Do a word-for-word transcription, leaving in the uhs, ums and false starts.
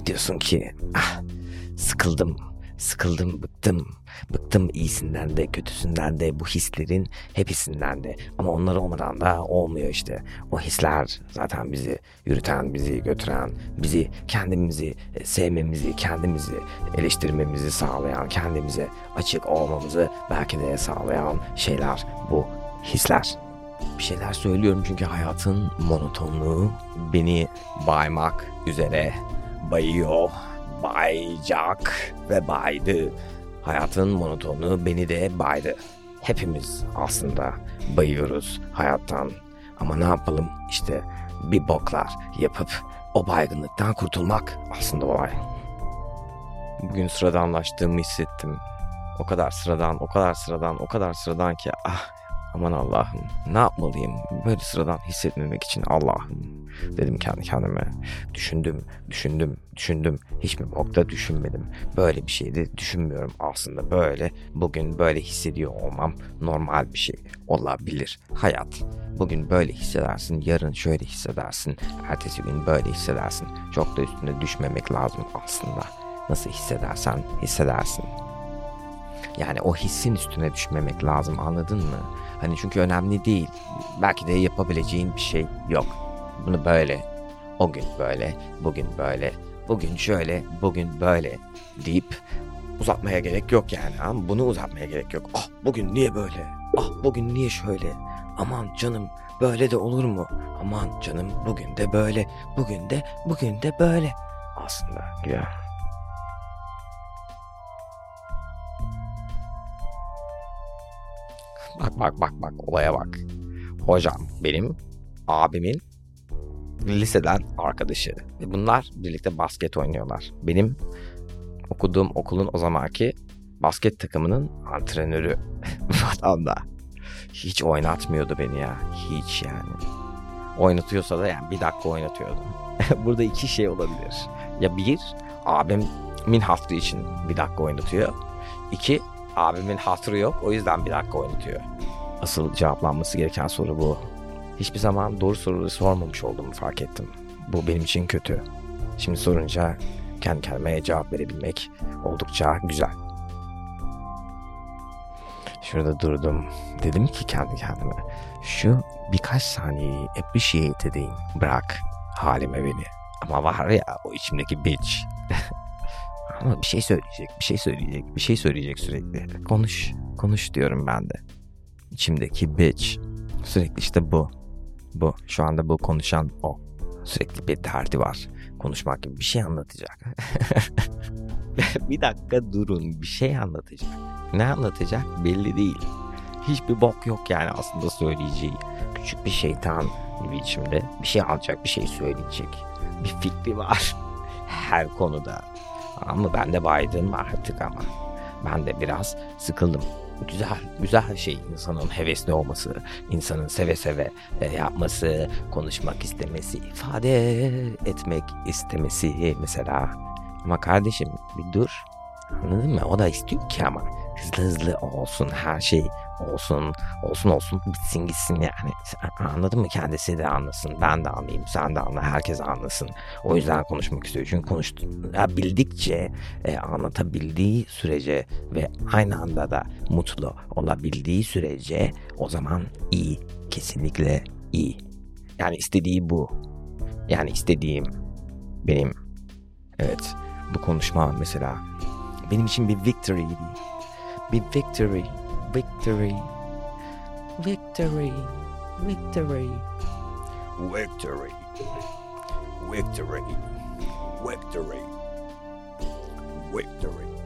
diyorsun ki ah, sıkıldım, sıkıldım, bıktım. Bıktım iyisinden de kötüsünden de bu hislerin hepsinden de. Ama onlar olmadan da olmuyor işte. O hisler zaten bizi yürüten, bizi götüren, bizi kendimizi sevmemizi, kendimizi eleştirmemizi sağlayan, kendimize açık olmamızı belki de sağlayan şeyler bu hisler. Bir şeyler söylüyorum çünkü hayatın monotonluğu beni baymak üzere bayıyor, bayacak ve baydı. Hayatın monotonluğu beni de baydı. Hepimiz aslında bayıyoruz hayattan. Ama ne yapalım işte bir boklar yapıp o baygınlıktan kurtulmak aslında olay. Bugün sıradanlaştığımı hissettim. O kadar sıradan, o kadar sıradan, o kadar sıradan ki ah aman Allah'ım ne yapmalıyım böyle sıradan hissetmemek için Allah'ım dedim kendi kendime. Düşündüm, düşündüm, düşündüm. Hiçbir nokta düşünmedim. Böyle bir şeydi düşünmüyorum aslında böyle. Bugün böyle hissediyor olmam normal bir şey olabilir. Hayat. Bugün böyle hissedersin, yarın şöyle hissedersin, ertesi gün böyle hissedersin. Çok da üstüne düşmemek lazım aslında. Nasıl hissedersen hissedersin. Yani o hissin üstüne düşmemek lazım, anladın mı? Hani çünkü önemli değil. Belki de yapabileceğin bir şey yok. Bunu böyle, o gün böyle, bugün böyle, bugün şöyle, bugün böyle deyip uzatmaya gerek yok yani. Ama bunu uzatmaya gerek yok. Ah bugün niye böyle? Ah bugün niye şöyle? Aman canım böyle de olur mu? Aman canım bugün de böyle, bugün de, bugün de böyle. Aslında ya. Bak bak bak bak olaya bak. Hocam benim abimin liseden arkadaşı. Ve bunlar birlikte basket oynuyorlar. Benim okuduğum okulun o zamanki basket takımının antrenörü falan da. Hiç oynatmıyordu beni ya. Hiç yani. Oynatıyorsa da yani bir dakika oynatıyordu. Burada iki şey olabilir. Ya bir, abimin hatırı için bir dakika oynatıyor. İki, abimin hatırı yok o yüzden bir dakika oynatıyor. Asıl cevaplanması gereken soru bu. Hiçbir zaman doğru soruları sormamış olduğumu fark ettim. Bu benim için kötü. Şimdi sorunca kendi kendime cevap verebilmek oldukça güzel. Şurada durdum. Dedim ki kendi kendime şu birkaç saniyeyi appreciate edeyim. Bırak halime beni. Ama var ya o içimdeki bitch. Ama bir şey söyleyecek, bir şey söyleyecek, bir şey söyleyecek sürekli. Konuş, konuş diyorum ben de. İçimdeki bitch. Sürekli işte bu. Bu. Şu anda bu konuşan o. Sürekli bir derdi var. Konuşmak gibi bir şey anlatacak. Bir dakika durun. Bir şey anlatacak. Ne anlatacak belli değil. Hiçbir bok yok yani aslında söyleyeceği. Küçük bir şeytan gibi içimde. Bir şey alacak, bir şey söyleyecek. Bir fikri var. Her konuda. Ama ben de baydım artık ama. Ben de biraz sıkıldım. Güzel, güzel şey insanın hevesli olması, insanın seve seve yapması, konuşmak istemesi, ifade etmek istemesi mesela. Ama kardeşim bir dur, anladın mı? O da istiyor ki ama hızlı hızlı olsun, her şey olsun, olsun olsun bitsin gitsin yani. Anladın mı? Kendisi de anlasın, ben de anlayayım, sen de anla, herkes anlasın. O yüzden konuşmak istiyor. Çünkü konuştu, ya bildikçe, e, anlatabildiği sürece ve aynı anda da mutlu olabildiği sürece o zaman iyi, kesinlikle iyi. Yani istediği bu. Yani istediğim benim. Evet, bu konuşma mesela benim için bir victory'ydi. Bir victory. Victory, victory, victory, victory, victory, victory, victory.